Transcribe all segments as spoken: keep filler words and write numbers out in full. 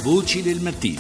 Voci del mattino.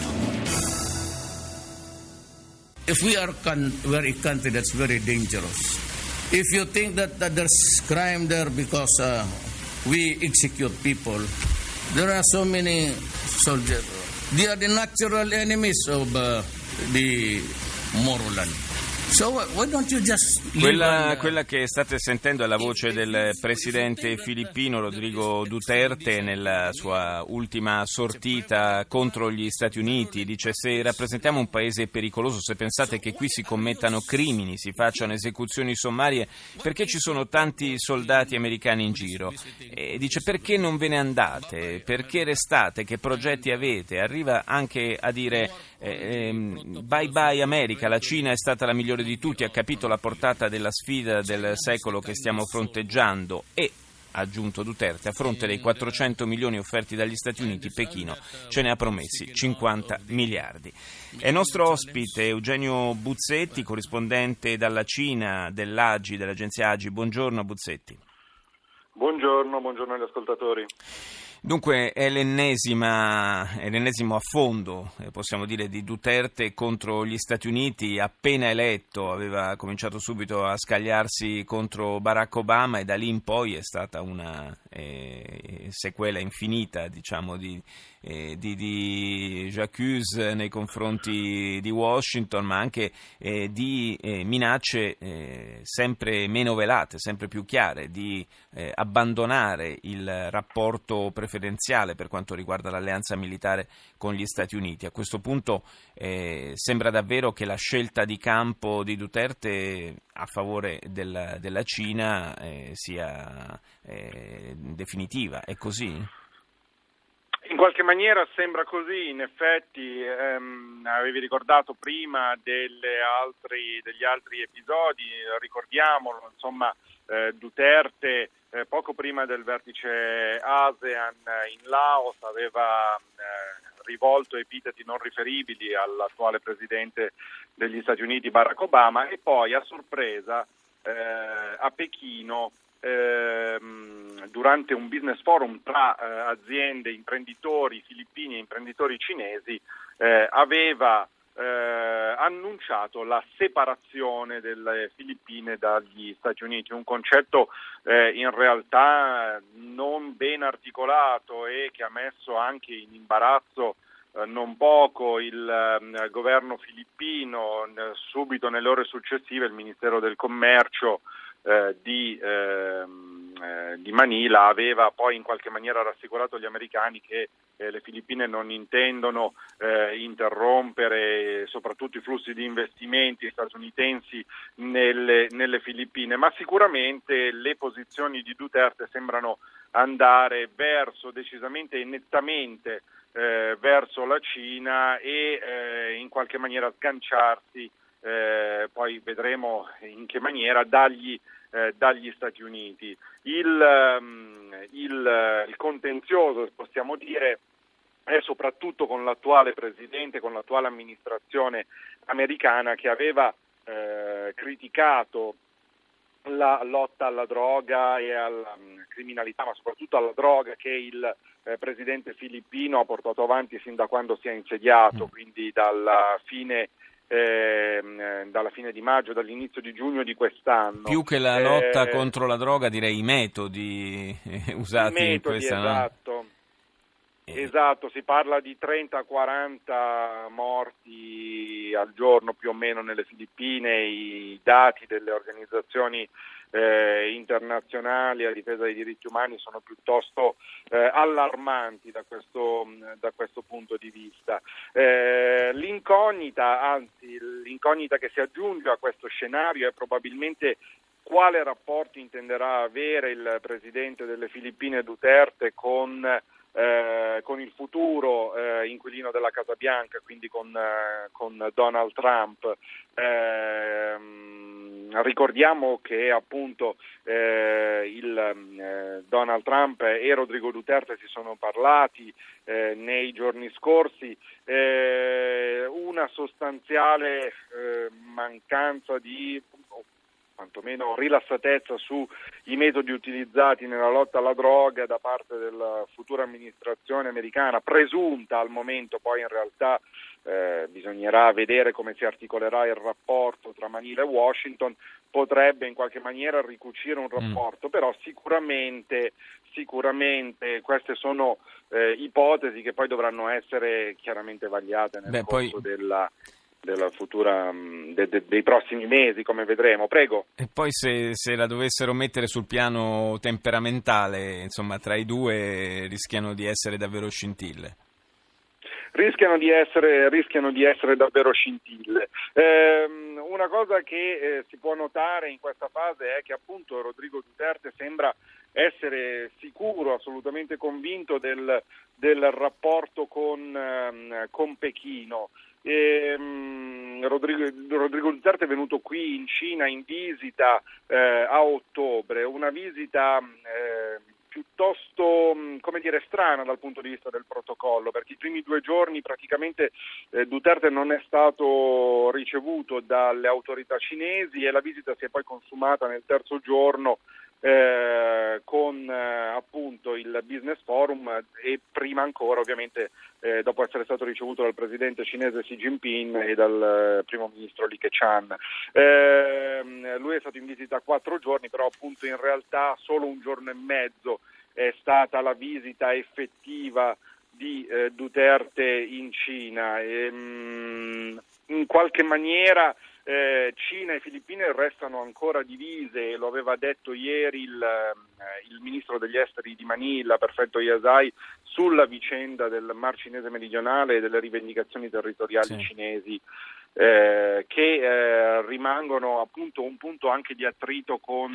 If we are con- we're a country that's very dangerous, if you think that, that there's crime there because uh, we execute people, there are so many soldiers. They are the natural enemies of uh, the Moroland. So why don't you just quella, quella che state sentendo è la voce del presidente filippino Rodrigo Duterte nella sua ultima sortita contro gli Stati Uniti. Dice: se rappresentiamo un paese pericoloso, se pensate che qui si commettano crimini, si facciano esecuzioni sommarie, perché ci sono tanti soldati americani in giro? E dice: perché non ve ne andate? Perché restate? Che progetti avete? Arriva anche a dire eh, bye bye America, la Cina è stata la migliore di tutti, ha capito la portata della sfida del secolo che stiamo fronteggiando e, ha aggiunto Duterte, a fronte dei quattrocento milioni offerti dagli Stati Uniti, Pechino ce ne ha promessi cinquanta miliardi. È nostro ospite Eugenio Buzzetti, corrispondente dalla Cina dell'A G I, dell'agenzia A G I. Buongiorno Buzzetti. Buongiorno, buongiorno agli ascoltatori. Dunque è l'ennesima, è l'ennesimo affondo, eh, possiamo dire, di Duterte contro gli Stati Uniti. Appena eletto aveva cominciato subito a scagliarsi contro Barack Obama e da lì in poi è stata una eh, sequela infinita, diciamo, di, eh, di, di j'accuse nei confronti di Washington, ma anche eh, di eh, minacce eh, sempre meno velate, sempre più chiare, di eh, abbandonare il rapporto preferenziale per quanto riguarda l'alleanza militare con gli Stati Uniti. A questo punto eh, sembra davvero che la scelta di campo di Duterte a favore del, della Cina eh, sia eh, definitiva. È così? In qualche maniera sembra così, in effetti ehm, avevi ricordato prima delle altri, degli altri episodi, ricordiamolo, insomma eh, Duterte eh, poco prima del vertice ASEAN in Laos aveva eh, rivolto epiteti non riferibili all'attuale presidente degli Stati Uniti Barack Obama e poi a sorpresa eh, a Pechino durante un business forum tra eh, aziende, imprenditori filippini e imprenditori cinesi eh, aveva eh, annunciato la separazione delle Filippine dagli Stati Uniti, un concetto eh, in realtà non ben articolato e che ha messo anche in imbarazzo eh, non poco il eh, governo filippino. eh, subito nelle ore successive il Ministero del Commercio Eh, di, eh, eh, di Manila aveva poi in qualche maniera rassicurato gli americani che eh, le Filippine non intendono eh, interrompere soprattutto i flussi di investimenti statunitensi nelle, nelle Filippine, ma sicuramente le posizioni di Duterte sembrano andare verso decisamente e nettamente eh, verso la Cina e eh, in qualche maniera sganciarsi Eh, poi vedremo in che maniera dagli, eh, dagli Stati Uniti. Il, um, il, il contenzioso, possiamo dire, è soprattutto con l'attuale presidente, con l'attuale amministrazione americana che aveva eh, criticato la lotta alla droga e alla um, criminalità, ma soprattutto alla droga che il eh, presidente filippino ha portato avanti sin da quando si è insediato, quindi dalla fine Eh, dalla fine di maggio, dall'inizio di giugno di quest'anno. Più che la lotta eh, contro la droga, direi i metodi eh, usati i metodi, in questa... Esatto, no? esatto, si parla di trenta quaranta morti al giorno più o meno nelle Filippine. I dati delle organizzazioni eh, internazionali a difesa dei diritti umani sono piuttosto eh, allarmanti da questo, da questo punto di vista. Eh, l'incognita, anzi l'incognita che si aggiunge a questo scenario è probabilmente quale rapporto intenderà avere il presidente delle Filippine Duterte con Eh, con il futuro eh, inquilino della Casa Bianca, quindi con, eh, con Donald Trump. Eh, ricordiamo che appunto eh, il, eh, Donald Trump e Rodrigo Duterte si sono parlati eh, nei giorni scorsi. Eh, una sostanziale eh, mancanza di quantomeno rilassatezza sui metodi utilizzati nella lotta alla droga da parte della futura amministrazione americana, presunta al momento, poi in realtà eh, bisognerà vedere come si articolerà il rapporto tra Manila e Washington, potrebbe in qualche maniera ricucire un rapporto, mm. però sicuramente, sicuramente queste sono eh, ipotesi che poi dovranno essere chiaramente vagliate nel Beh, corso poi... della... della futura de, de, dei prossimi mesi, come vedremo. Prego. E poi se, se la dovessero mettere sul piano temperamentale, insomma, tra i due rischiano di essere davvero scintille. Rischiano di essere, rischiano di essere davvero scintille. Eh, una cosa che eh, si può notare in questa fase è che appunto Rodrigo Duterte sembra essere sicuro, assolutamente convinto del, del rapporto con, ehm, con Pechino. E, um, Rodrigo, Rodrigo Duterte è venuto qui in Cina in visita eh, a ottobre, una visita eh, piuttosto, come dire, strana dal punto di vista del protocollo, perché i primi due giorni praticamente eh, Duterte non è stato ricevuto dalle autorità cinesi e la visita si è poi consumata nel terzo giorno Eh, con eh, appunto il Business Forum e prima ancora ovviamente eh, dopo essere stato ricevuto dal presidente cinese Xi Jinping e dal eh, primo ministro Li Keqiang. Eh, lui è stato in visita quattro giorni, però appunto in realtà solo un giorno e mezzo è stata la visita effettiva di eh, Duterte in Cina. E, mh, in qualche maniera Eh, Cina e Filippine restano ancora divise, lo aveva detto ieri il, eh, il ministro degli esteri di Manila, Perfetto Yasai, sulla vicenda del Mar Cinese meridionale e delle rivendicazioni territoriali sì. cinesi, eh, che eh, rimangono appunto un punto anche di attrito con,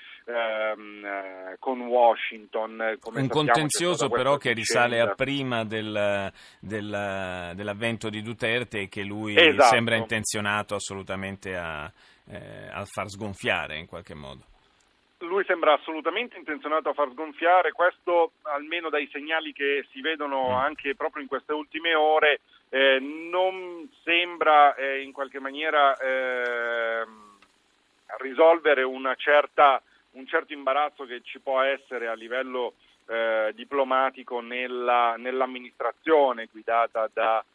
ehm, eh, con Washington. Come un sappiamo, contenzioso però che vicenda. risale a prima del, del, dell'avvento di Duterte e che lui esatto. sembra intenzionato assolutamente a, eh, a far sgonfiare in qualche modo. Lui sembra assolutamente intenzionato a far sgonfiare, questo almeno dai segnali che si vedono mm. anche proprio in queste ultime ore, eh, non sembra eh, in qualche maniera eh, risolvere una certa, un certo imbarazzo che ci può essere a livello eh, diplomatico nella, nell'amministrazione guidata da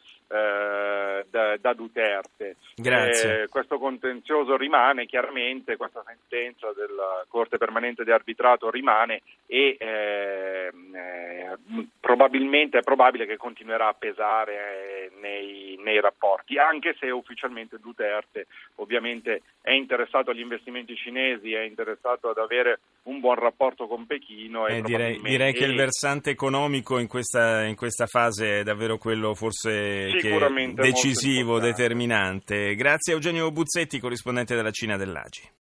Eh, da, da Duterte. Grazie. Eh, questo contenzioso rimane, chiaramente questa sentenza della Corte Permanente di Arbitrato rimane e eh, eh, probabilmente è probabile che continuerà a pesare eh, nei, nei rapporti, anche se ufficialmente Duterte ovviamente è interessato agli investimenti cinesi, è interessato ad avere un buon rapporto con Pechino. E eh, direi, direi che il versante economico in questa, in questa fase è davvero quello forse che decisivo, determinante. Grazie a Eugenio Buzzetti, corrispondente della Cina dell'A G I.